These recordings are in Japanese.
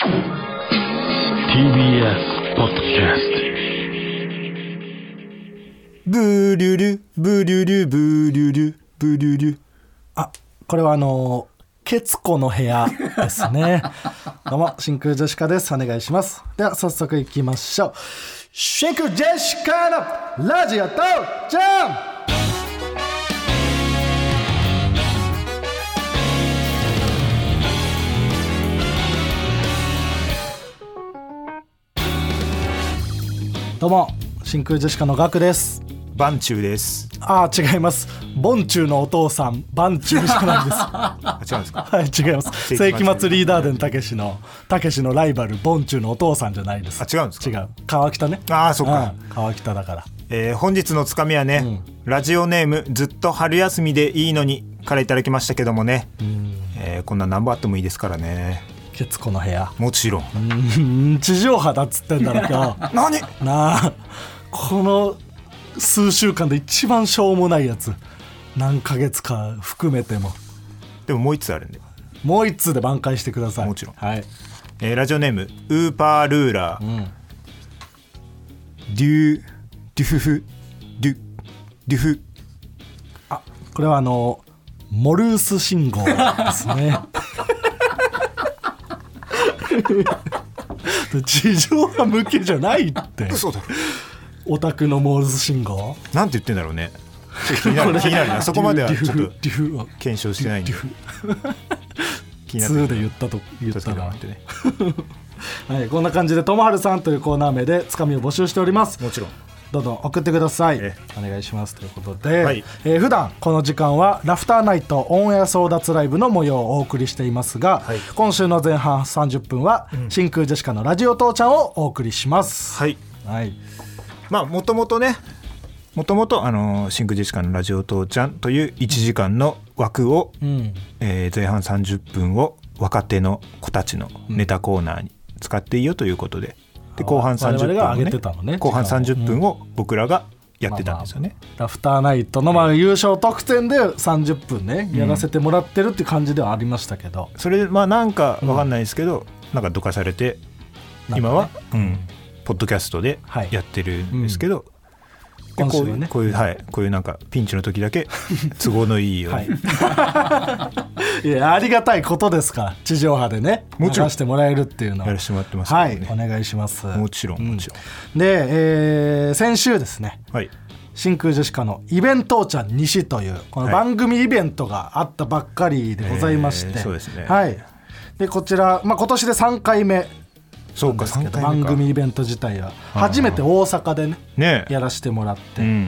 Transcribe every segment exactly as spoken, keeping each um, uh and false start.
ティービーエス ポッドキャスト。 ブリュルブリュルブリュルブリュル。あ、これはあのケツコの部屋ですね。どうも真空ジェシカです。お願いします。では早速いきましょう。真空ジェシカのラジオ父ちゃん。どうも真空ジェシカのガクです。 バンチューです。 あー違います。ボンチューのお父さんバンチューしかないです。 あ、違うんですか。 はい、違います。世紀末リーダー伝たけしのたけしのライバルボンチューのお父さんじゃないです。 あ、違うんですか。 違う、川北ね。 ああ、そっか、 うん、川北だから、 えー、本日のつかみはね、うん、ラジオネームずっと春休みでいいのにからいただきましたけどもね、うん、えー、こんな何本あってもいいですからね。 ケツコの部屋、 もちろん。 うん、地上波だっつってんだろ今日。 何なあ、この数週間で一番しょうもないやつ、何ヶ月か含めても。 でももう一つあるんで、 もう一つで挽回してください。 もちろん、 はい。 えー、ラジオネームウーパールーラー、うん、デュデュフフデュデュフ。 あ、これはあのモルース信号ですね。地上波向けじゃないって。 嘘だろ。 オタクのモールス信号なんて言ってんだろうね。気になる気になるな。そこまではちょっと検証してないんで気になってにで言ったと言ったら、ね。はい、こんな感じでともはるさんというコーナー名でつかみを募集しております。 もちろんどんどん送ってください。 えお願いしますということで、 はい、 えー、普段この時間はラフターナイトオンエア争奪ライブの模様をお送りしていますが、はい、今週の前半さんじゅっぷんは、うん、真空ジェシカのラジオ父ちゃんをお送りします。 はい、はい。まあもともとね、もともとあの真空ジェシカのラジオ父ちゃんといういちじかんの枠を、うん、えー、前半さんじゅっぷんを若手の子たちのネタコーナーに使っていいよということで、で後半さんじゅっぷんを、ねね、後半さんじゅっぷんを僕らがやってたんですよね。 まあまあ、ラフターナイトのまあ優勝特典でさんじゅっぷんね、うん、やらせてもらってるっていう感じではありましたけど、 それでまあなんか分かんないですけど、うん、なんかどかされて今は、ね、うん、ポッドキャストでやってるんですけど、はい、うん、でこういう、ね、こういう、はい、こういうなんかピンチの時だけ都合のいいように、 はい、いやありがたいことですから、地上波でね流してもらえるっていうのをやらせてもらってますからね。 はい、お願いします。 もちろんもちろん、 うん、で、えー、先週ですね、 はい、 真空ジェシカのイベントちゃん西というこの番組イベントがあったばっかりでございまして、 えー、そうですね、 はい、でこちら、まあ、今年でさんかいめ。 そうか、さんかいめか。 番組イベント自体は初めて大阪で ね, ねやらせてもらって、うんうん、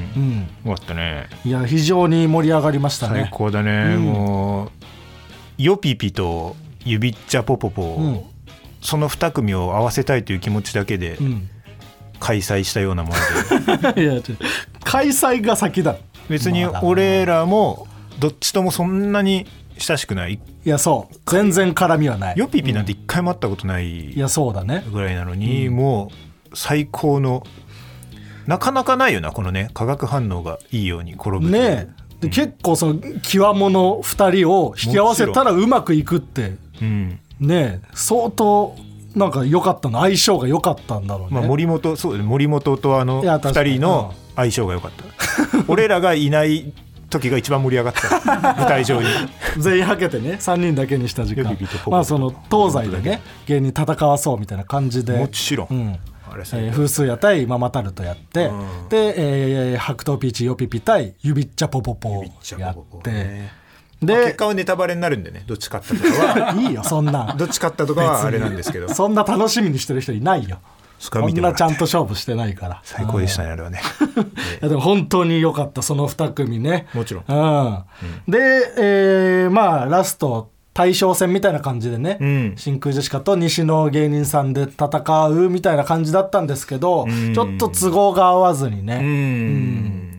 終わったね。 いや非常に盛り上がりましたね。 最高だね、うん、もうヨピピとユビッチャポポポ、うん、そのに組を合わせたいという気持ちだけで開催したようなもので、 うん、いや開催が先だ。 別に俺らもどっちともそんなに親しくない。 いやそう全然絡みはない。 ヨピピなんて一回も会ったことない、うん、 いやそうだねぐらいなのに、うん、もう最高の、なかなかないよなこのね化学反応がいいように転ぶねえ、で、うん、結構その極物ふたりを引き合わせたらうまくいくって、うん、ねえ相当なんか良かったの、相性が良かったんだろうね。 まあ、森本そう森本とあのふたりの相性が良かった俺らがいない時が一番盛り上がった舞台上に全員はけてねさんにんだけにした時間、まあその東西でね芸人戦わそうみたいな感じで、 もちろん、うん、あれえー、風数屋対ママタルトやって、うん、で、えー、白桃ピーチヨピピ対ユビッチャポポポやって、ね、 で、まあ、結果はネタバレになるんでね、どっち勝ったとかはいいよそんなどっち勝ったとかはあれなんですけどそんな楽しみにしてる人いないよ。こんなちゃんと勝負してないから。 最高でしたねあれはねいやでも本当に良かったそのに組ね。 もちろん、 うんうん、で、えー、まあラスト大将戦みたいな感じでね、うん、真空ジェシカと西の芸人さんで戦うみたいな感じだったんですけど、うん、ちょっと都合が合わずにね、うんうん、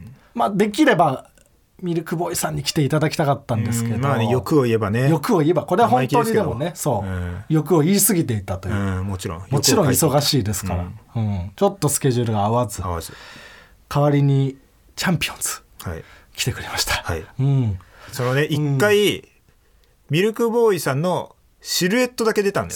まあできればミルクボーイさんに来ていただきたかったんですけど、 まあね、欲を言えばね、 欲を言えばこれは本当にでもね、そう、うん、欲を言い過ぎていたという、 うん、もちろんもちろん忙しいですから、うんうん、ちょっとスケジュールが合わず、合わず代わりにチャンピオンズ、はい、来てくれました、はい、うん、 そのね一回、うん、ミルクボーイさんのシルエットだけ出たんだよね。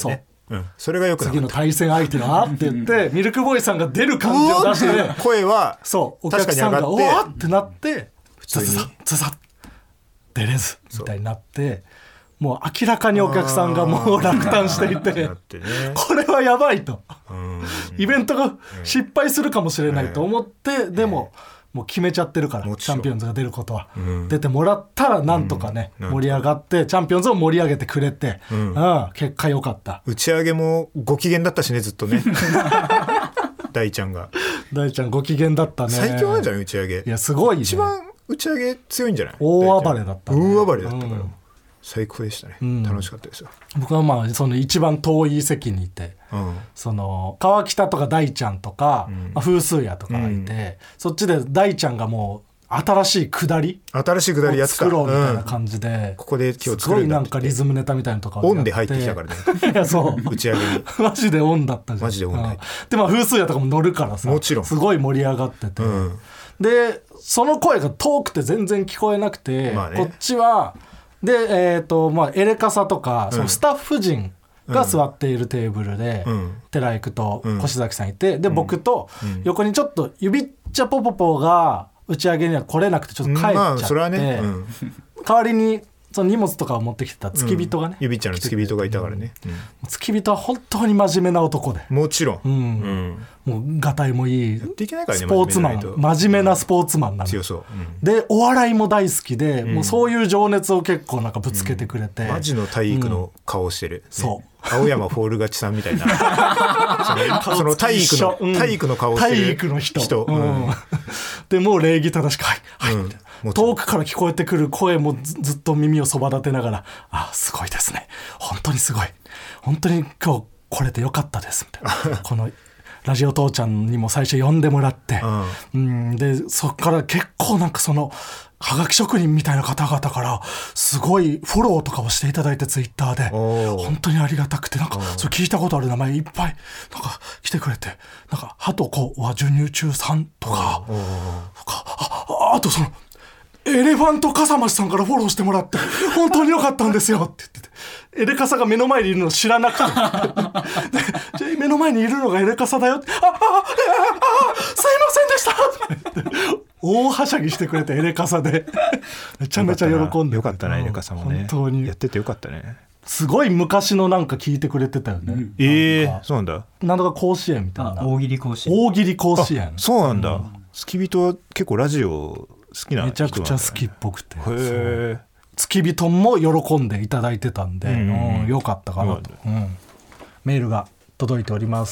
うん、それがよくなかった。 次の対戦相手はって言ってミルクボーイさんが出る感じを出して声はそうお客さんがおわってなって普通にザザザザ出れずみたいになってもう明らかにお客さんがもう落胆していて、ね、これはやばいとイベントが失敗するかもしれないと思って、えー、でも、えーもう決めちゃってるからチャンピオンズが出ることは、うん、出てもらったらなんとかね、うん、盛り上がってチャンピオンズを盛り上げてくれて、うんうん、結果良かった。 打ち上げもご機嫌だったしねずっとね大ちゃんが大ちゃんご機嫌だったね。 最強なんじゃない打ち上げ。 いやすごいね。 一番打ち上げ強いんじゃない。 大暴れだったね。 大暴れだったから、うん最高でしたね、うん、楽しかったですよ。 僕はまあその一番遠い席にいて、うん、その川北とか大ちゃんとか、うんまあ、風数屋とかがいて、うん、そっちで大ちゃんがもう新しい下り新しい下りやつか作ろうみたいな感じで、 うん、ここで今日すごいなんかリズムネタみたいなのとかオンで入ってきたからねいやそう打ち上げにマジでオンだったじゃん。 マジでオンで、うん、 でまあ風数屋とかも乗るからさもちろんすごい盛り上がってて、うん、でその声が遠くて全然聞こえなくて、まあね、こっちはで、えーとまあ、エレカサとか、うん、そのスタッフ陣が座っているテーブルで、うん、寺井くと越崎さんいて、うん、で僕と横にちょっとゆびっちゃぽぽぽが打ち上げには来れなくてちょっと帰っちゃって、まあそれはねうん、代わりにその荷物とかを持ってきてた付き人がね、 うん、ゆびっちゃんの付き人がいたからね、 うん、付き人は本当に真面目な男でもちろん、 うんうん、もうがたいもいいやっていけないからねスポーツマン真面目なスポーツマンなの、 強そう、うん、 でお笑いも大好きで、うん、もうそういう情熱を結構なんかぶつけてくれて、 うん、マジの体育の顔してる、 ね、そう青山フォール勝ちさんみたいなその、その体育の、うん、体育の顔してる体育の人、 人うん、 でもう礼儀正しくはいはい、うん遠くから聞こえてくる声も ず, ずっと耳をそば立てながらあすごいですね本当にすごい本当に今日来れてよかったですみたいなこのラジオ父ちゃんにも最初呼んでもらって、うん、でそっから結構なんかそのはがき職人みたいな方々からすごいフォローとかをしていただいてツイッターで本当にありがたくてなんかそれ聞いたことある名前いっぱいなんか来てくれてなんかハトコは授乳中さんとかあ, あとそのエレファント笠間さんからフォローしてもらって本当に良かったんですよって言っててエレカサが目の前にいるの知らなくてで目の前にいるのがエレカサだよってああああすいませんでした大はしゃぎしてくれてエレカサでめちゃめちゃ喜んでよかったなエレカサもね本当にやっててよかったねすごい昔のなんか聞いてくれてたよね、うん、 ええー、そうなんだなんとか甲子園みたいな大喜利甲子園大喜利甲子園そうなんだ、うん、付き人は結構ラジオ好きな人なんだ、ね、 めちゃくちゃ好きっぽくてへ付き人も喜んでいただいてたんで、うんうん、よかったかなと、うん、メールが届いております。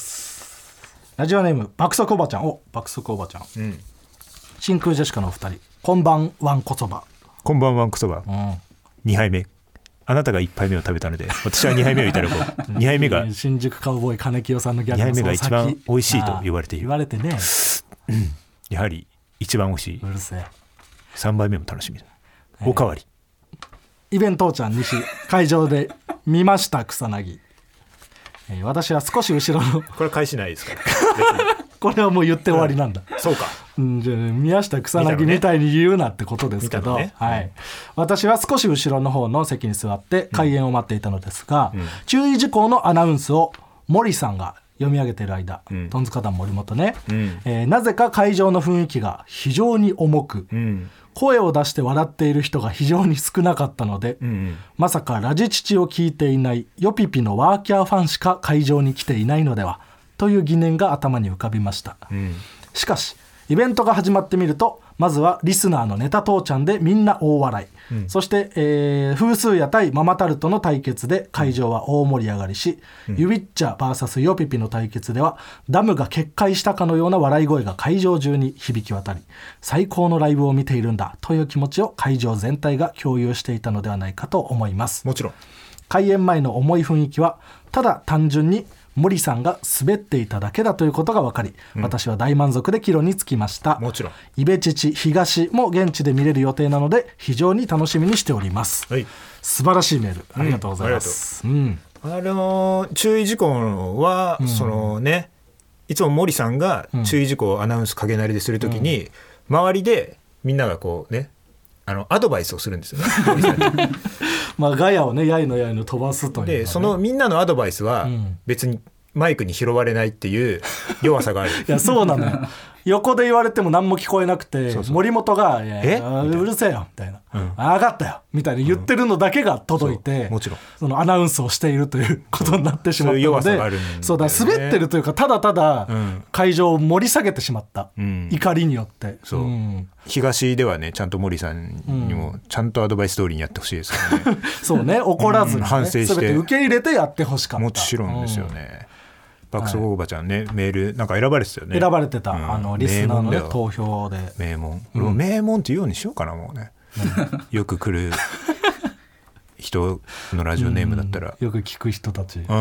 ラジオネーム爆速おばちゃんお爆速おばちゃん、うん、真空ジェシカのお二人こんばんわんこそばこんばんわんこそば、うん、にはいめあなたがいっぱいめを食べたので私はにはいめをいただこうにはいめが新宿カウボーイ金清さんのギャグのにはいめが一番美味しいと言われている言われてね、 うん、やはり一番美味しい。 うるせえさんばいめも楽しみだ、えー、おかわりイベントちゃん西会場で見ました草薙、えー、私は少し後ろのこれ返しないですからこれはもう言って終わりなんだ、 うん、そうか、 うん、じゃあ宮下草薙みたいに言うなってことですけど、ねはい、私は少し後ろの方の席に座って開演を待っていたのですが、うん、注意事項のアナウンスを森さんが読み上げている間、うん、トンツカタン森本ね、うんえー、なぜか会場の雰囲気が非常に重く、うん、声を出して笑っている人が非常に少なかったので、うん、まさかラジチチを聞いていないヨピピのワーキャーファンしか会場に来ていないのではという疑念が頭に浮かびました、うん、しかしイベントが始まってみるとまずはリスナーのネタ父ちゃんでみんな大笑い、うん、そして、えー、風数屋対ママタルトの対決で会場は大盛り上がりし、うん、ユビッチャ ブイエス ヨピピの対決ではダムが決壊したかのような笑い声が会場中に響き渡り最高のライブを見ているんだという気持ちを会場全体が共有していたのではないかと思います。 もちろん開演前の重い雰囲気はただ単純に森さんが滑っていただけだということが分かり、うん、私は大満足で帰路に着きました。 もちろんイベチチ東も現地で見れる予定なので非常に楽しみにしております、はい、素晴らしいメールありがとうございます、うんうん、 あの注意事項は、うん、そのねいつも森さんが注意事項をアナウンス影なりでするときに、うん、周りでみんながこうねあのアドバイスをするんですよねまあガヤをねやいのやいの飛ばすという、ね、 でそのみんなのアドバイスは別にマイクに拾われないっていう弱さがある。 いやそうなのよ。横で言われても何も聞こえなくて、そうそう森本がいやいやうるせえよみたいな、うん、あ分かったよみたいな言ってるのだけが届いて、うん、 もちろんそのアナウンスをしているということになってしまったので、そういう弱さがあるんだよね。そうだ滑ってるというかただただ会場を盛り下げてしまった、うん、怒りによって。 そう、うん、東ではねちゃんと森さんにもちゃんとアドバイス通りにやってほしいですよね。 そうね怒らずに、ね、 うん、反省して全て受け入れてやってほしかった。 もちろんですよね、うん爆走おばちゃんね、はい、メールなんか選ばれてたよね。 選ばれてた、うん、あのリスナーの、ね、投票で名門、うん、名門って言うようにしようかなもうね、うん、よく来る人のラジオネームだったら、 うん、よく聞く人たち、 うん、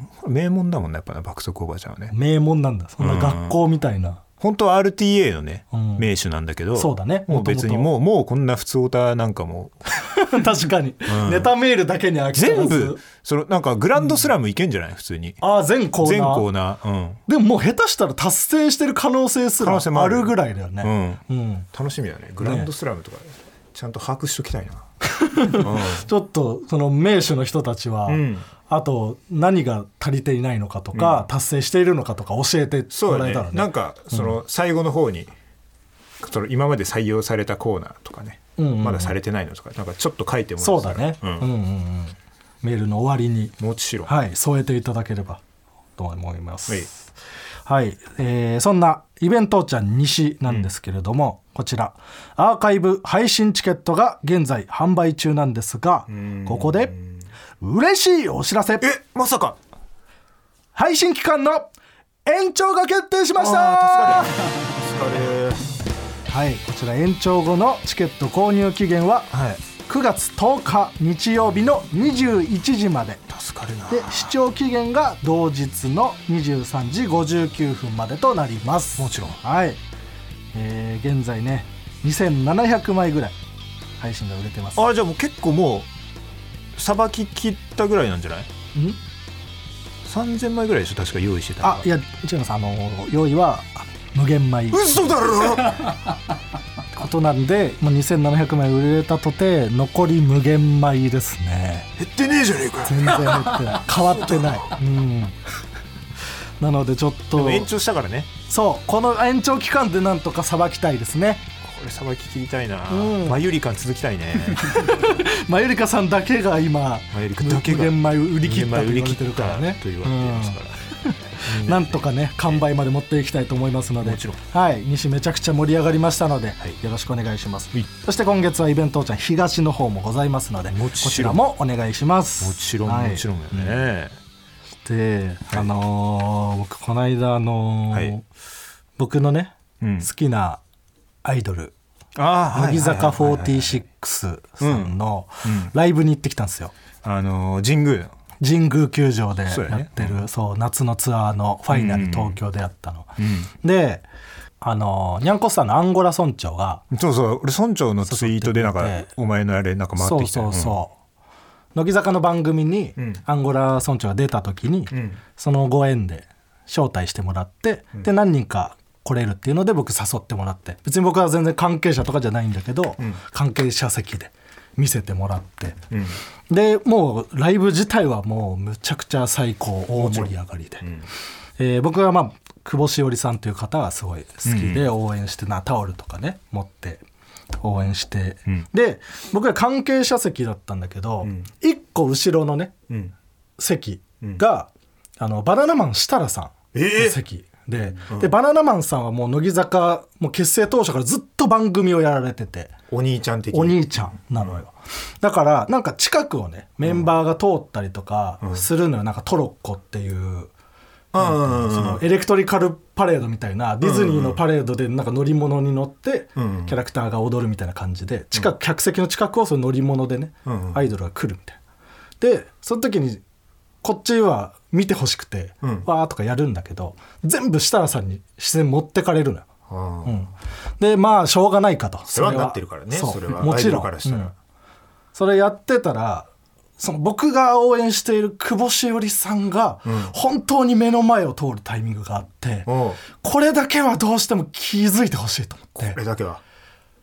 名門だもんねやっぱね爆走おばちゃんはね。 名門なんだ。そんな学校みたいな、うん、 本当は アールティーエー のね、うん、名手なんだけど、 そうだね、 もう別にもうもうこんな普通オタなんかも確かに、うん、ネタメールだけに飽きてます。 全部そのなんかグランドスラムいけんじゃない、うん、普通に。 ああ全コーナー全コーナー、うん、 でももう下手したら達成してる可能性すらあるぐらいだよね、 うんうん、楽しみだねグランドスラムとか、ね、ちゃんと把握しときたいな、 うん、ちょっとその名手の人たちは、うん、あと何が足りていないのかとか、うん、達成しているのかとか教えてもらえたらね。 そうだね、なんかその最後の方に、うん、その今まで採用されたコーナーとかね、うんうんうん、まだされてないのとかなんかちょっと書いてもらそうだね、うんうんうんうん、メールの終わりにもちろん、 はい、添えていただければと思います。はい、はい、えー、そんなイベントちゃん西なんですけれども、うん、こちらアーカイブ配信チケットが現在販売中なんですが、ここで嬉しいお知らせ。 えまさか配信期間の延長が決定しました。 あ助かる助かる。 はい、こちら延長後のチケット購入期限はくがつとおか日曜日のにじゅういちじまで。 助かるな。 で視聴期限が同日のにじゅうさんじごじゅうきゅうふんまでとなります。 もちろん、 はい、えー、現在ねにせんななひゃくまいぐらい配信が売れてます。 あじゃあもう結構もうさばききったぐらいなんじゃない？んさんぜんまいぐらいでしょ確か用意してたの。 あいや違います、あの用意は無限米。 嘘だろことなんでもうにせんななひゃくまい売れたとて残り無限米ですね。 減ってねえじゃねえか。 全然減ってない変わってない、うん、なのでちょっとでも延長したからね。 そうこの延長期間でなんとかさばきたいですね。 これさばき切りたいな、うん、マユリカ続きたいねマユリカさんだけが今マユリカだけが無限米売り切ったと言われてるからねと言われてますから、 うん、なんとかね完売まで持っていきたいと思いますので、もちろん、はい、西めちゃくちゃ盛り上がりましたので、はい、よろしくお願いします、はい、そして今月はイベントちゃん東の方もございますのでこちらもお願いします。 もちろん、はい、もちろんよね、 うん、で、はい、あのー、僕この間、あのーはい、僕のね、うん、好きなアイドル乃木坂フォーティーシックスさんのライブに行ってきたんですよ。 あのー、神宮神宮球場でやってる、そう、ね、そう夏のツアーのファイナル東京でやったの、うんうん、であのにゃんこスターのアンゴラ村長がそうそう俺村長のツイートでなんかお前のあれなんか回ってきた。 そうそうそう、うん、乃木坂の番組にアンゴラ村長が出た時に、うん、そのご縁で招待してもらって、うん、で何人か来れるっていうので僕誘ってもらって、別に僕は全然関係者とかじゃないんだけど、うん、関係者席で見せてもらって、うん、でもうライブ自体はもうむちゃくちゃ最高大盛り上がりで、うん、えー、僕はまあ久保しおりさんという方がすごい好きで応援してな、タオルとかね持って応援して、うん、で僕は関係者席だったんだけど、うん、いっこ後ろのね、うん、席が、うん、あのバナナマン設楽さんの席、えーで, うん、でバナナマンさんはもう乃木坂もう結成当初からずっと番組をやられててお兄ちゃん的お兄ちゃんなのよ、うん、だからなんか近くをねメンバーが通ったりとかするのよ、うん、なんかトロッコっていう、うん、そのエレクトリカルパレードみたいなディズニーのパレードでなんか乗り物に乗ってキャラクターが踊るみたいな感じで近く客席の近くをその乗り物でね、うん、アイドルが来るみたいな。でその時にこっちは見てほしくて、うん、わーとかやるんだけど全部設楽さんに視線持ってかれるのよ、うん、でまあしょうがないかと世話になってるからね。それはもちろんからしたら、うん、それやってたらその僕が応援している久保しおりさんが本当に目の前を通るタイミングがあって、うん、これだけはどうしても気づいてほしいと思って。 これだけは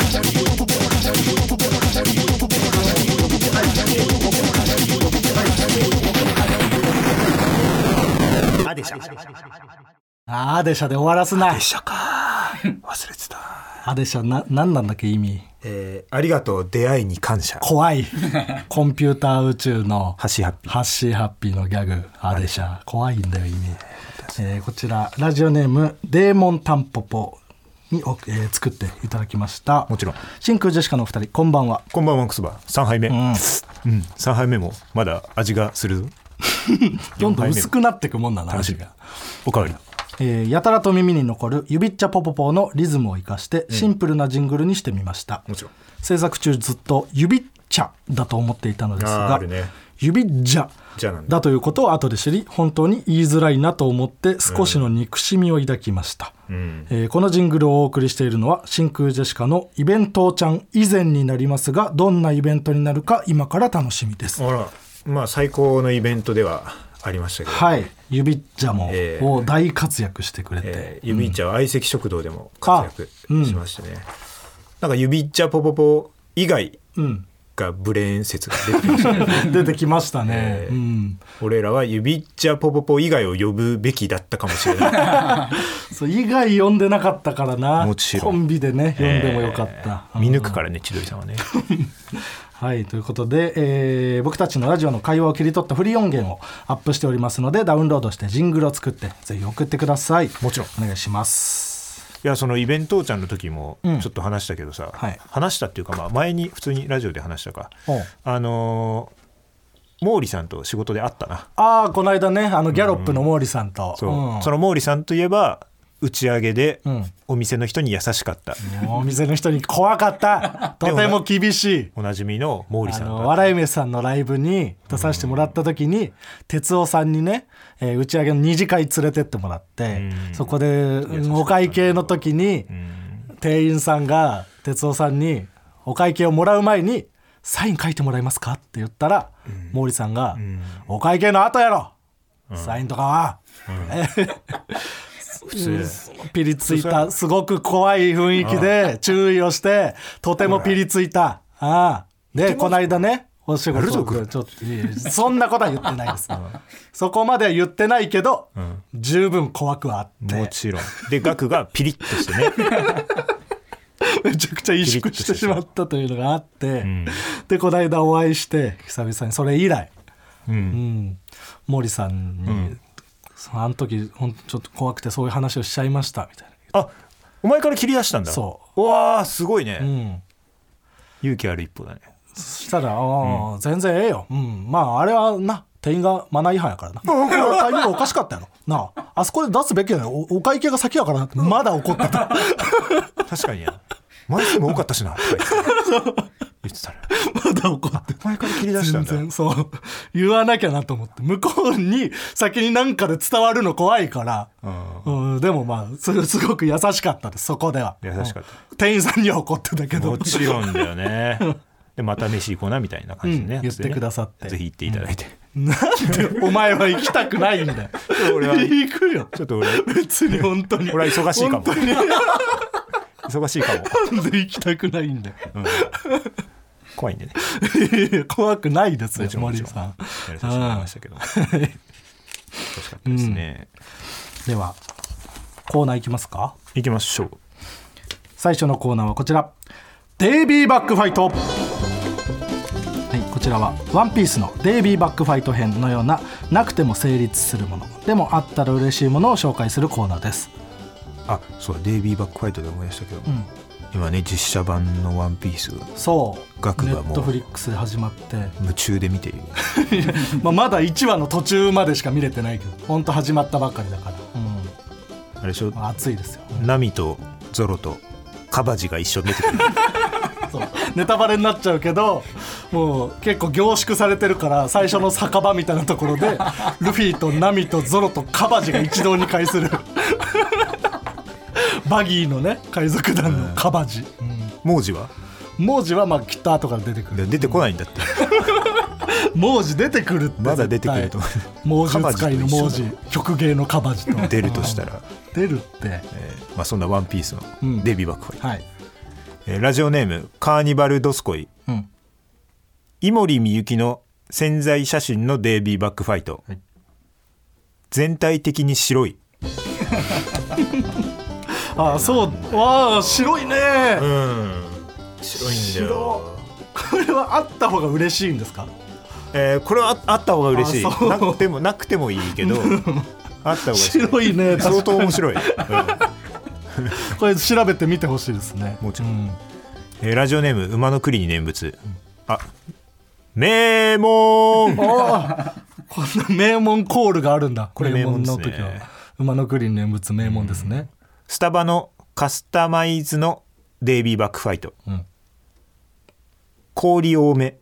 ポポポラシキあーアデシャで終わらすな。 アデシャか忘れてた。 アデシャな何なんだっけ意味。 えー、ありがとう出会いに感謝。 怖いコンピューター宇宙のハッシーハッピーハッシーハッピーのギャグアデシャ怖いんだよ意味、えー、こちらラジオネームデーモンタンポポに、えー、作っていただきました。 もちろん。 真空ジェシカのお二人こんばんは。 こんばんは。クスバさんはいめ、うんうん、さんはいめもまだ味がするどんどん薄くなっていくもんだな味が。 おかわり。 えー、やたらと耳に残るゆびっちゃぽぽぽのリズムを生かしてシンプルなジングルにしてみました、 うん、もちろん。 制作中ずっとゆびっちゃだと思っていたのですが、 あるね、 ゆびっじゃだということを後で知り本当に言いづらいなと思って少しの憎しみを抱きました、うんえー、このジングルをお送りしているのは真空ジェシカのイベントちゃん以前になりますがどんなイベントになるか今から楽しみです。 あら、まあ最高のイベントではありましたけど、 はい、ゆびっちゃも、えー、大活躍してくれて、 えー、ゆびっちゃは相席食堂でも活躍しましたね、うん、なんかゆびっちゃぽぽぽ以外がブレーン説が出てきましたね出てきましたね、 えーうん、俺らはゆびっちゃぽぽぽ以外を呼ぶべきだったかもしれないそう以外呼んでなかったからな。 もちろんコンビでね呼んでもよかった、 えー、見抜くからね千鳥さんはねはいということで、えー、僕たちのラジオの会話を切り取ったフリー音源をアップしておりますのでダウンロードしてジングルを作ってぜひ送ってください。 もちろんお願いします。 いやそのイベントちゃんの時もちょっと話したけどさ、うんはい、話したっていうか、まあ、前に普通にラジオで話したかあのー、毛利さんと仕事で会ったな。 ああこの間ねあのギャロップの毛利さんと、 うんそううん、その毛利さんといえば打ち上げでお店の人に優しかった、 うん、お店の人に怖かったとても厳しいおなじみの毛利さんが笑い飯さんのライブに出させてもらった時に哲夫さんにね、えー、打ち上げの二次会連れてってもらって、うん、そこでお会計の時に、うん、店員さんが哲夫さんにお会計をもらう前にサイン書いてもらえますかって言ったら、うん、毛利さんが、うん、お会計の後やろ、うん、サインとかは、うん普通ピリついたすごく怖い雰囲気で注意をしてとてもピリついた。ああでこの間ねお仕事ちょっとそんなことは言ってないですそこまでは言ってないけど、うん、十分怖くはあってもちろんでガクがピリッとしてねめちゃくちゃ萎縮してしまったというのがあって、うん、でこの間お会いして久々にそれ以来、うんうん、毛利さんに、うんあの時ほんとちょっと怖くてそういう話をしちゃいましたみたいな。 あお前から切り出したんだ。 そううわーすごいね、うん、勇気ある一歩だね。 そしたらあ、うん、全然ええよ、うん、まああれはな店員がマナー違反やからなタイミングおかしかったやろなああそこで出すべきだよ お, お会計が先やからなってまだ怒ってた確かにや枚数も多かったしな言ってたらまだ怒って前から切り出したんだ。 全然そう言わなきゃなと思って向こうに先に何かで伝わるの怖いから、うんうん、でもまあそれすごく優しかったです。そこでは優しかった、 うん、店員さんには怒ってたけどもちろんだよねでまた飯行こうなみたいな感じでね、うん、 言ってくださってぜひ行っていただいて、 うん、なんでお前は行きたくないんだよ俺は行くよちょっと俺別に本当に俺は忙しいかも忙しいかもなんで行きたくないんだよ、うん怖いんでね怖くないですよ森さんやりさせてもらいましたけど楽しかったですね、 うん、ではコーナーいきますか。 いきましょう。 最初のコーナーはこちらデイビーバックファイト、はい、こちらはワンピースのデイビーバックファイト編のようななくても成立するものでもあったら嬉しいものを紹介するコーナーです。 あそうデイビーバックファイトで思い出したけど、うん今ね実写版のワンピースそうガクがもうネットフリックスで始まって夢中で見ているまあまだいちわの途中までしか見れてないけど本当始まったばっかりだから、 うん、あれでしょ熱いですよ、 うん、ナミとゾロとカバジが一緒に出てくるそうネタバレになっちゃうけどもう結構凝縮されてるから最初の酒場みたいなところでルフィとナミとゾロとカバジが一堂に会するバギーのね海賊団のカバジ、うん、 モージはモージはまあきっと後から出てくる。 出てこないんだってモージ出てくるってまだ出てくると猛獣使いのモージ曲芸のカバジと出るとしたら出るって、 えーまあ、そんなワンピースのデビバックファイト、 うんはいえー、ラジオネームカーニバルドスコイ、うん、井森美幸の宣材写真のデイビーバックファイト、はい、全体的に白いあそうわあ白いね、 うん、白いんだよ。 これはあった方が嬉しいんですか？ えー、これは あ, あった方が嬉しい。なくてもなくてもいいけどあった方が白いね。 相当面白い、うん、 これ調べてみてほしいですね。 もちろん、うんえー、ラジオネーム馬の栗に念仏、うん、あ名門あこんな名門コールがあるんだ。これ名門の時は馬の栗に念仏名門ですね、うん、 スタバのカスタマイズのデイビーバックファイト、うん、氷多め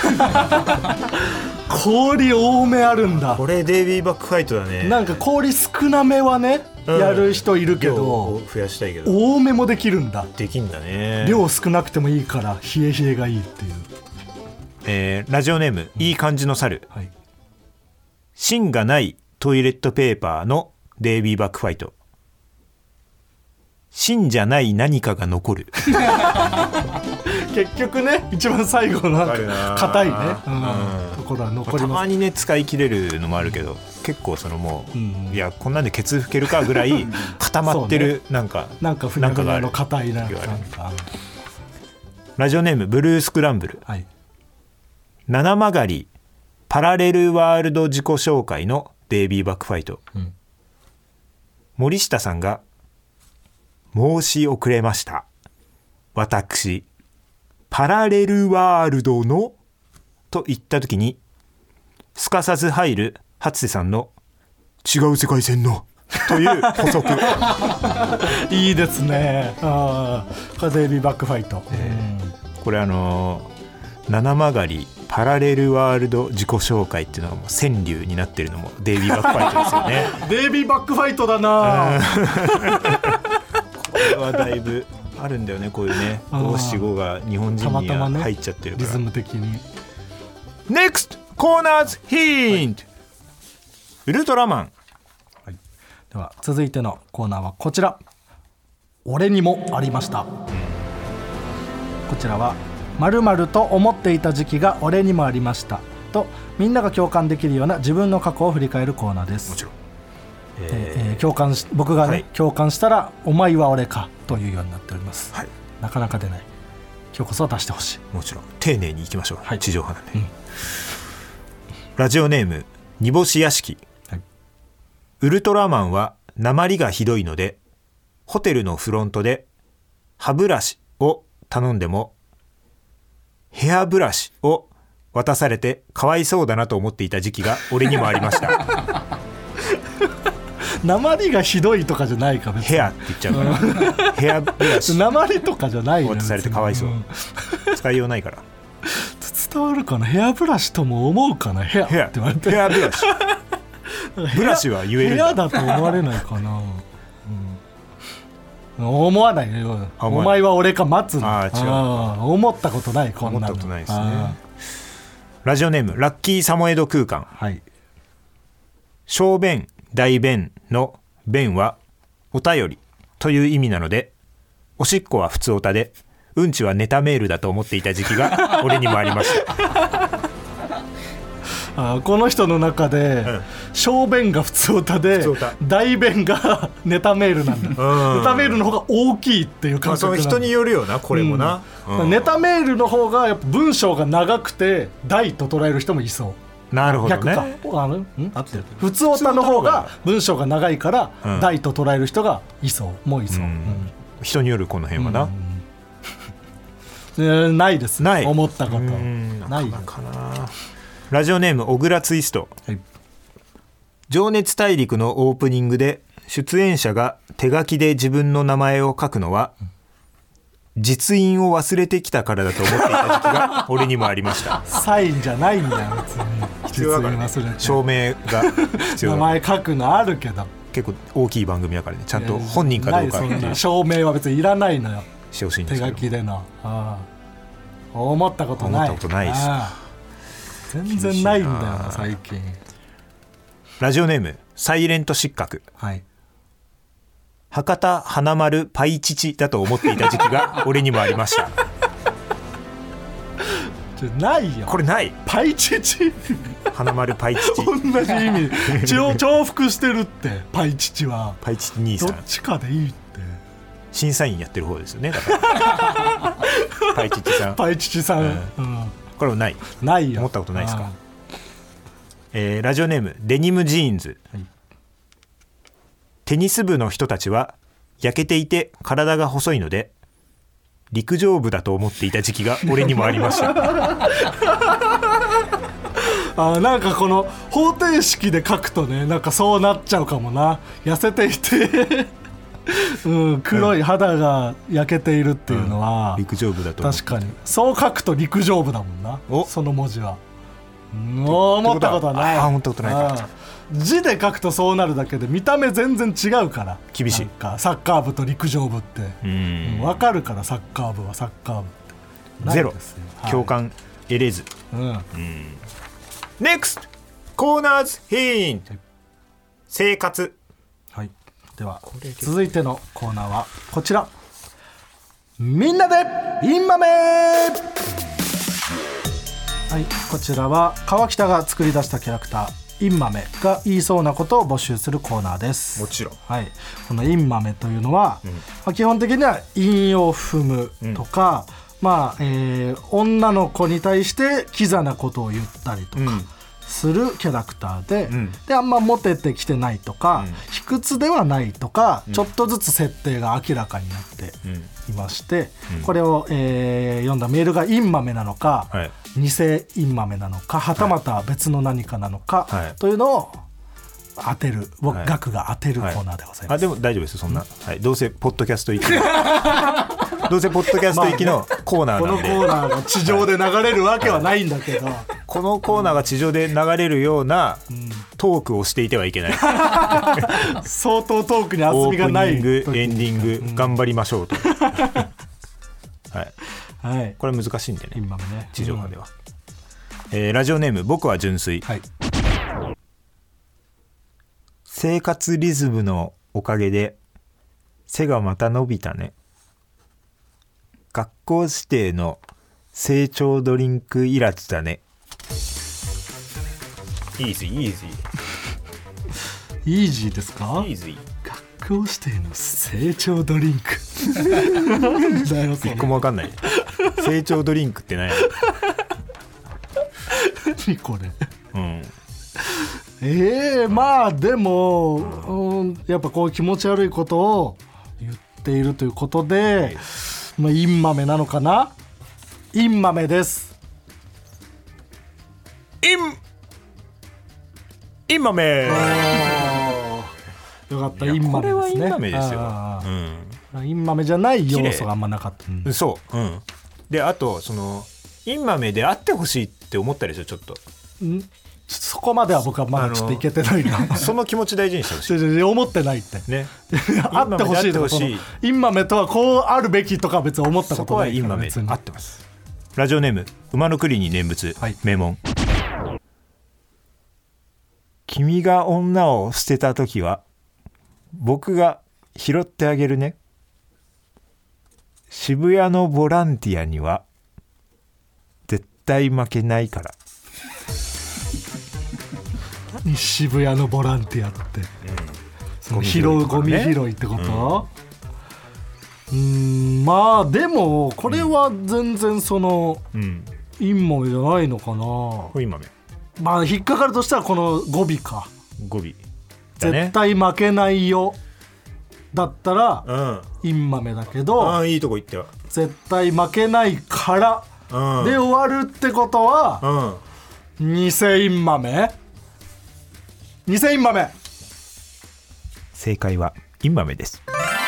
氷多めあるんだ。 これデイビーバックファイトだね。 なんか氷少なめはね、うん、やる人いるけど増やしたいけど多めもできるんだ。 できんだね。 量少なくてもいいから冷え冷えがいいっていう、 えー、ラジオネーム、うん、いい感じの猿、はい、芯がないトイレットペーパーのデイビーバックファイト。芯じゃない何かが残る結局ね一番最後の硬いね、うん、ところは残ります。 たまにね使い切れるのもあるけど結構そのもう、うん、いやこんなんでケツ拭けるかぐらい固まってる、ね、なんかなんかふにゃふにゃの硬いなんか。 ラジオネームブルースクランブル、はい、七曲りパラレルワールド自己紹介のデイビーバックファイト、うん、森下さんが申し遅れました。私パラレルワールドのと言った時にすかさず入る初瀬さんの違う世界線のという補足いいですね。あこれデイビーバックファイト、 えー、これあのー、七曲りパラレルワールド自己紹介っていうのがもう川柳になってるのもデイビーバックファイトですよねデイビーバックファイトだなこれはだいぶあるんだよね。こういうね五七五が日本人には入っちゃってるから、 リズム的に。 NEXT コーナーズヒント、はい、ウルトラマン、 はい、では続いてのコーナーはこちら。俺にもありました、うん、こちらは〇〇と思っていた時期が俺にもありましたとみんなが共感できるような自分の過去を振り返るコーナーです。 もちろん、 えーえー、共感し僕がね、はい、共感したらお前は俺かというようになっております、はい、なかなか出ない。今日こそは出してほしい。 もちろん丁寧にいきましょう、はい、地上波なんで、うん、ラジオネーム煮干し屋敷、はい、ウルトラマンは訛りがひどいのでホテルのフロントで歯ブラシを頼んでもヘアブラシを渡されてかわいそうだなと思っていた時期が俺にもありました訛りがひどいとかじゃないか別にヘアって言っちゃうからヘアブラシ訛りとかじゃないよ渡されてかわいそう、うん、使いようないから伝わるかな。ヘアブラシとも思うかな。ヘアって言われてヘアブラシブラシは言えるんだ。 ヘアだと思われないかな、うん、思わないよ。お前は俺か待つの。 あ違うあ思ったことない。こんなの思ったことないですね。ラジオネームラッキーサモエド空間、はい、小便大便の便はお便りという意味なのでおしっこは普通おたでうんちはネタメールだと思っていた時期が俺にもありましたあこの人の中で、うん、小便が普通おたで大便がネタメールなんだ、うん、ネタメールの方が大きいっていう感覚なんだ、まあ、 その人によるよなこれもな、 うんうん、ネタメールの方がやっぱ文章が長くて大と捉える人もいそう。 なるほどね。 逆かあのん合ってる。普通オタの方が文章が長いから、うん、大と捉える人がいそうもういそう、うんうん、 人によるこの辺はな、うんえー、ないですない思ったことないなかなか。ラジオネーム小倉ツイスト、はい、情熱大陸のオープニングで出演者が手書きで自分の名前を書くのは、うん実印を忘れてきたからだと思っていた時期が俺にもありましたサインじゃないんだよ別に必要だから、ね、証明が必要だ名前書くのあるけど結構大きい番組だからねちゃんと本人かどうかっていう証明は別にいらないのよしてほしいんですけど手書きでのああ思ったことない思ったことないです全然ないんだよな最近。 ラジオネームサイレント失格、はい博多華丸パイチチだと思っていた時期が俺にもありましたちょないよこれないパイチチ花丸パイチチ同じ意味重重複してるってパイチチはパイチチ兄さんどっちかでいいって審査員やってる方ですよねだからパイチチさんパイチチさん、うんうん、これもないないよ持ったことないですか、えー、ラジオネームデニムジーンズ、はい、テニス部の人たちは焼けていて体が細いので陸上部だと思っていた時期が俺にもありましたあなんかこの方程式で書くとねなんかそうなっちゃうかもな痩せていてうん、黒い肌が焼けているっていうのは、 うん、陸上部だと思う確かにそう書くと陸上部だもんなその文字はもう思ったことはないあ思ったことないか字で書くとそうなるだけで見た目全然違うから厳しいなんかサッカー部と陸上部ってうん、分かるからサッカー部はサッカー部ってゼロ、はい、共感得れず、うんうん、ネクストコーナーズヒント生活はいでは続いてのコーナーはこちらみんなでインマメはいこちらは川北が作り出したキャラクターインマメが言いそうなことを募集するコーナーです。 もちろん、 はい、このインマメというのは、うんまあ、基本的には韻を踏むとか、うんまあえー、女の子に対してキザなことを言ったりとか、うんするキャラクターで、うん、であんまモテてきてないとか、うん、卑屈ではないとか、うん、ちょっとずつ設定が明らかになっていまして、うん、これを、えー、読んだメールがインマメなのか、はい、偽インマメなのかはたまた別の何かなのか、はい、というのを当てる、はい、額が当てるコーナーでございます、はい、 あでも大丈夫ですそんな、はい、どうせポッドキャスト行きどうせポッドキャスト行きのコーナーなんで、 まあね、このコーナーが地上で流れるわけはないんだけど、はい、 このコーナーが地上で流れるようなトークをしていてはいけない、うん、 相当トークに遊びがないオープニングエンディング、うん、頑張りましょうとはい、はい、これ難しいんで ね, 今もね地上波では、うんえー、ラジオネーム僕は純粋、はい、生活リズムのおかげで背がまた伸びたね。学校指定の成長ドリンクいらずだね。イージーイージーイージーですか？ イージー学校指定の成長ドリンクだよそれ一個も分かんない成長ドリンクって何や何これうんえー、まあでも、うん、やっぱこう気持ち悪いことを言っているということで、はいまあ、インマメなのかな。インマメです。 インインマメよかったインマメですね。これはインマメですよ、 うん、インマメじゃない要素があんまなかった、 うん、そう、うん、であとそのインマメであってほしいって思ったでしょちょっとんそこまでは僕はまだちょっといけてないなその気持ち大事にしてほしい思ってないってねあってほしいとかインマメとはこうあるべきとか別に思ったことないから別にそこはインマメ合ってます。ラジオネーム馬の栗に念仏、はい、名門君が女を捨てた時は僕が拾ってあげるね。渋谷のボランティアには絶対負けないから。 渋谷のボランティアって、うん、その拾うゴミ拾いってこと、うん、うーんまあでもこれは全然その、うん、インマメじゃないのかな。 インマメまあ引っかかるとしたらこの語尾か語尾、ね、 絶対負けないよだったら、うん、インマメだけどあいいとこ行っては絶対負けないから、うん、で終わるってことは、うん、偽インマメ偽インマメ。 正解はインマメです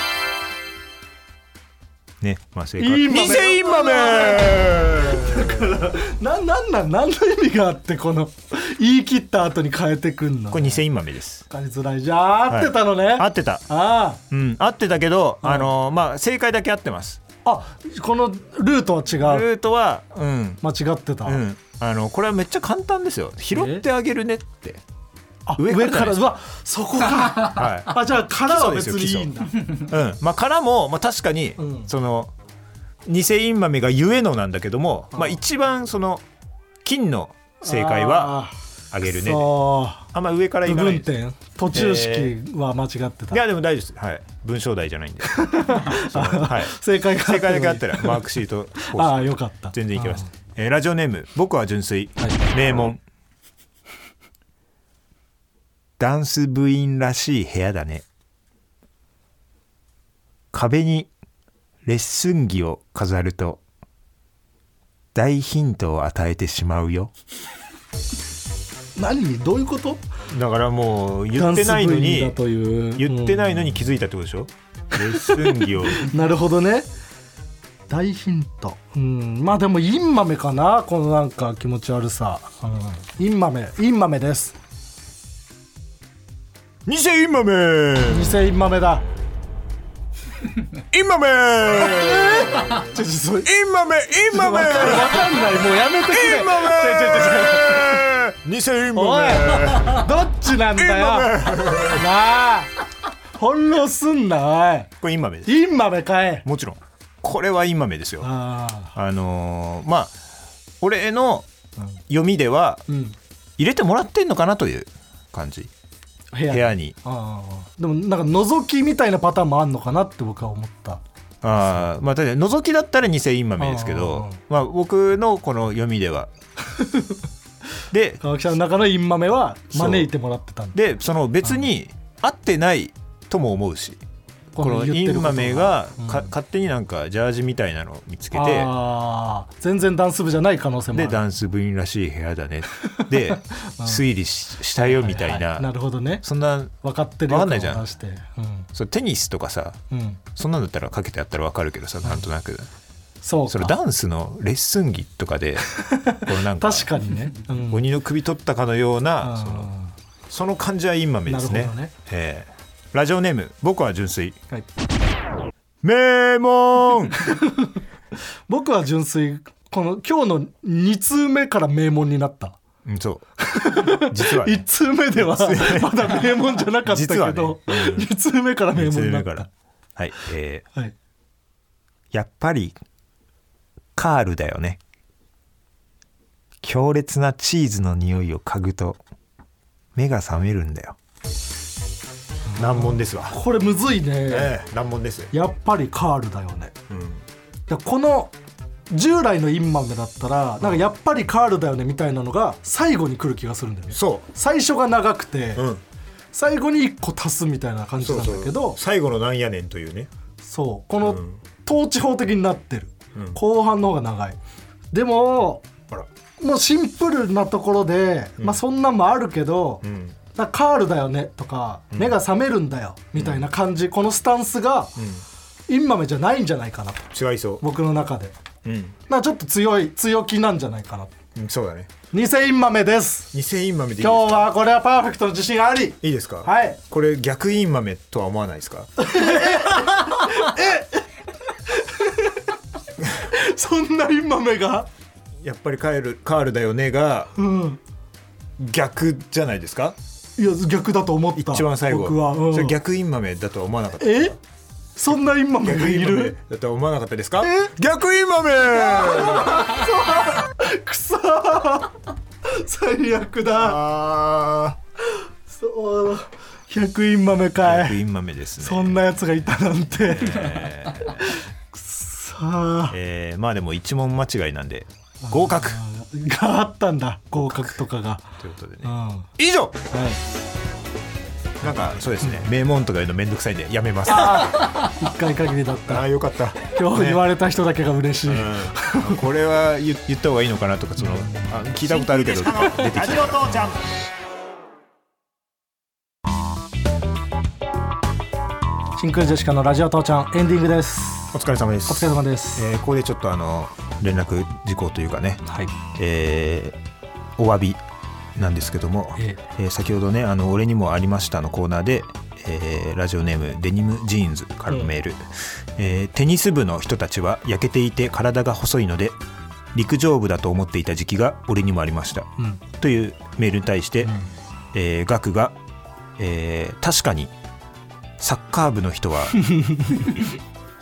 ね。まあ正解偽インマメだからな、なんなん何の意味があってこの言い切った後に変えてくんの。 これ偽インマメです。 分かりづらいじゃあ合ってたのね、はい、 合ってたああ、うん、合ってたけど、あのー、まあ正解だけ合ってます。 あこのルートは違う。 ルートは、うん、 間違ってた、うん、 あのこれはめっちゃ簡単ですよ。拾ってあげるねって上から、上からうわそこか、はい、あじゃあ殻は別にいいんだうんまあ、殻も、まあ、確かに、うん、その偽インマメがゆえのなんだけども、まあ、一番その金の正解はあげるね。あんま上からいかないです。 部分点途中式は間違ってた。 いやでも大丈夫です、はい、文章題じゃないんではい、 正解が正解だけあったらマークシートああよかった、 全然いけます。えー、ラジオネーム僕は純粋、はい、名門ダンス部員らしい部屋だね。壁にレッスン着を飾ると大ヒントを与えてしまうよ。 何どういうこと？ だからもう言ってないのにダンス部員だという言ってないのに気づいたってことでしょ、うん、レッスン着をなるほどね。大ヒント、うん、まあでもインマメかな、このなんか気持ち悪さ、うん、インマメインマメです。 偽インマメ偽インマメだインマメーちょちょインマメインマメわかんない、もうやめてくれ。 インマメ偽インマメどっちなんだよなあ、翻弄すんな。おいこれインマメです。 インマメかい。 もちろんこれはインマメですよ。 ああのー、まあ俺の読みでは、うん、入れてもらってんのかなという感じ、部屋に, 部屋にあでもなんか覗きみたいなパターンもあんのかなって僕は思った。 あまあ確かに覗きだったら偽インマメですけど、あまあ、僕のこの読みではで川北の中のインマメは招いてもらってたんで、その別に合ってないとも思うし、このインマメがか、うん、勝手になんかジャージみたいなのを見つけて、 あ全然ダンス部じゃない可能性もある。 でダンス部員らしい部屋だねで推理 し, したよみたいな、はいはい、 なるほどね。 そんな分かってるよ分かんないじゃん、 して、うん、 そテニスとかさ、うん、そんなんだったらかけてやったら分かるけどさ、なんとなく、うん、 そうかそれダンスのレッスン着とかでこのなんか確かにね、うん、 鬼の首取ったかのようなその、その感じはインマメですね。なるほどね、えーラジオネーム僕は純粋、はい、名門僕は純粋、この今日のに通目から名門になった、 うん、そう実は、ね、 いち通目ではまだ名門じゃなかったけど、ねうん、に通目から名門になった。 はい、えーはい、やっぱりカールだよね。強烈なチーズの匂いを嗅ぐと目が覚めるんだよ。難問ですわ。 これむずいね、 ええ、難問です。 やっぱりカールだよね、うん、いやこの従来のインマメだったらなんかやっぱりカールだよねみたいなのが最後に来る気がするんだよね。 そう最初が長くて、うん、最後にいっこ足すみたいな感じなんだけど、そうそう最後のなんやねんというね。 そうこの、うん、統治法的になってる、うん、後半の方が長い。でもあらもうシンプルなところで、うん、まあそんなんもあるけど、うんカールだよねとか、うん、目が覚めるんだよみたいな感じ、うん、このスタンスが、うん、インマメじゃないんじゃないかなと。 違いそう僕の中で、うん、なんかちょっと強い強気なんじゃないかな、 うん、そうだね。 偽インマメです。 偽インマメでいいですか。 今日はこれはパーフェクトの自信あり。いいですか。 はいこれ逆インマメとは思わないですかえそんなインマメがやっぱりカール、カールだよねが、うん、逆じゃないですか。 いや逆だと思った。 一番最後僕は、うん、 それ逆インマメだとは思わなかった。 えそんなインマメがいるだとは思わなかったですか。逆インマメくそ最悪だ。あそう逆インマメかい。 逆インマメですね。 そんなやつがいたなんて、えー、くそー、 えー、まあでも一問間違いなんで合格があったんだ。合格とかがということでね、うん、以上、はい、なんかそうですね、うん、名門とか言うのめんどくさいんでやめます。 一回限りだった。 あよかった。 今日言われた人だけが嬉しい、ねうん、これは 言, 言った方がいいのかなとかその、うん、あ聞いたことあるけどとか出てきた。ラジオ父ちゃん真空ジェシカのラジオ父ちゃんエンディングです。 お疲れ様です。 お疲れ様です、 えー、ここでちょっとあの連絡事項というかね、はいえー、お詫びなんですけども、えーえー、先ほどねあの俺にもありましたのコーナーで、えー、ラジオネームデニムジーンズからのメール、うんえー、テニス部の人たちは焼けていて体が細いので陸上部だと思っていた時期が俺にもありました、うん、というメールに対して、うんえー、ガクが、えー、確かにサッカー部の人は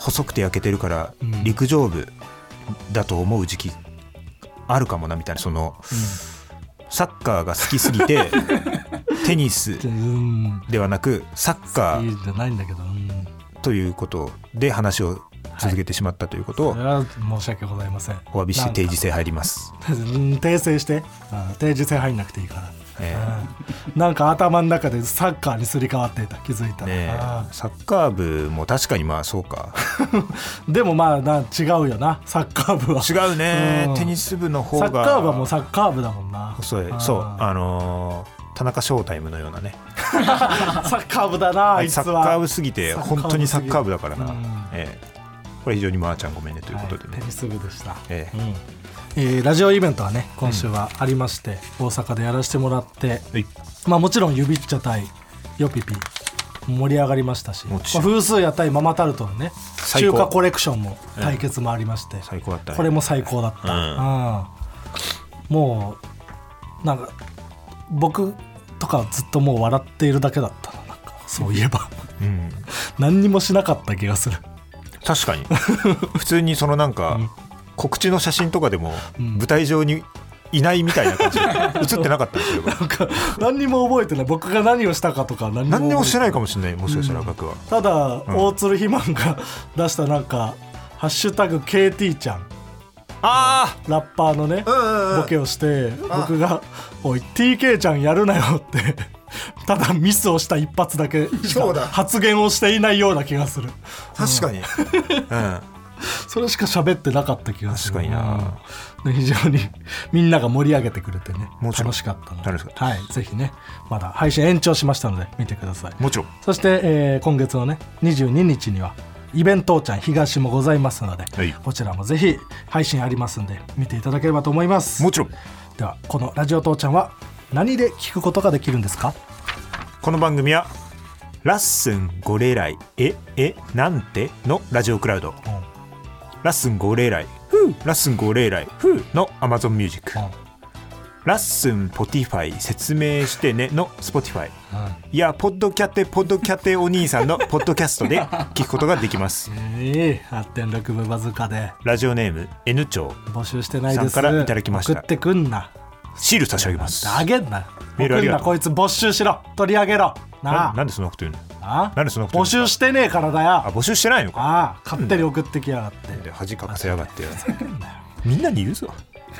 細くて焼けてるから陸上部だと思う時期あるかもなみたいな、その、うん、サッカーが好きすぎてテニスではなくサッカーじゃないんだけど、うん、 ということで話を続けてしまったということを、 はい、それは申し訳ございません。 お詫びして定時制入ります。 訂正して、定時制入んなくていいから、えー、なんか頭の中でサッカーにすり替わっていた、気づいた、 ね、サッカー部も確かにまあそうかでもまあな違うよな、サッカー部は違うね、うん、テニス部の方がサッカー部はもうサッカー部だもんな。 そう、そうあのー田中翔タイムのようなねサッカー部だな、あいつはサッカー部すぎて本当にサッカー部だからな、うんえー、これ非常にまーちゃんごめんねということでね、 はい、テニス部でした、 えーうんえー、ラジオイベントはね今週はありまして、うん、大阪でやらせてもらって、はいまあ、もちろんゆびっちゃ対よぴぴ盛り上がりましたし、まあ、風数や対ママタルトのね中華コレクションも対決もありまして、うん、 最高だったね、 これも最高だった、うんうん、もうなんか僕とかずっともう笑っているだけだったな、なんかそういえば、うん、何にもしなかった気がする。 確かに普通にそのなんか、うん、告知の写真とかでも舞台上にいないみたいな感じで映ってなかったんですよなんか何にも覚えてない、僕が何をしたかとか何にも何にもしてないかもしれない、もしかしたら僕は、うん、 ただ、うん、大鶴ひまんが出したなんかハッシュタグ ケーティー ちゃんあラッパーのね、うんうん、ボケをして僕がおい ティーケー ちゃんやるなよってただミスをした一発だけしか発言をしていないような気がする。 確かに、うん、 それしか喋ってなかった気がする。 確かにな、 うん、非常にみんなが盛り上げてくれてね楽しかったので、 楽しかった、 はい、ぜひねまだ配信延長しましたので見てください。 もちろん。 そして、えー、今月のねにじゅうににちにはイベントちゃん東もございますので、はい、こちらもぜひ配信ありますんで見ていただければと思います。 もちろん。 ではこのラジオ父ちゃんは何で聞くことができるんですか？ この番組はラッスンゴレライええなんてのラジオクラウド、うん、ラッスンゴレライラッスンゴレライの Amazon ミュージック、うん、ラッスンポティファイ説明してねの Spotify、うん、いやポッドキャテポッドキャテお兄さんのポッドキャストで聞くことができますえー、はってんろく 部バズカでラジオネーム N 長募集してないですさんからいただきました。 送ってくんな、 シール差し上げます。 あげんな、 メールありがとう。 送んな、こいつ募集しろ、取り上げろなあ。 なんでそんなこと言うの？ あなんでそんなこと言うの？ 募集してねえからだよ。 あ、募集してないのか。 ああ、勝手に送ってきやがって、 うん、恥かかせやがってよみんなに言うぞ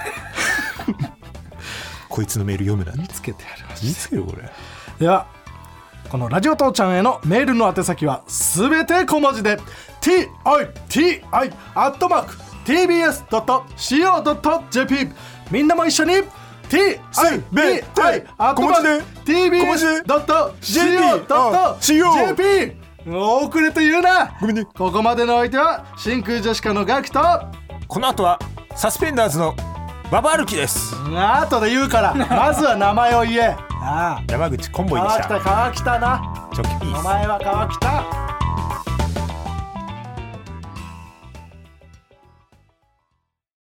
こいつのメール読むな。 言いつけてやる。 言いつけるこれ。 ではこのラジオ父ちゃんへのメールの宛先はすべて小文字で ティーアイティーアイ アットマーク ティービーエス ドット シーオー ドット ジェーピー みんなも一緒に ティーアイビーアイ アットマーク ティービーエス ドット シーオー ドット ジェーピー 遅れと言うな。 ごめんね。 ここまでの相手は真空ジェシカのガクとこの後はサスペンダーズのババ歩きです。 あとで言うからまずは名前を言え。ああ、 山口コンボイでした。 川北川北な。 チョキピース。 お前は川北。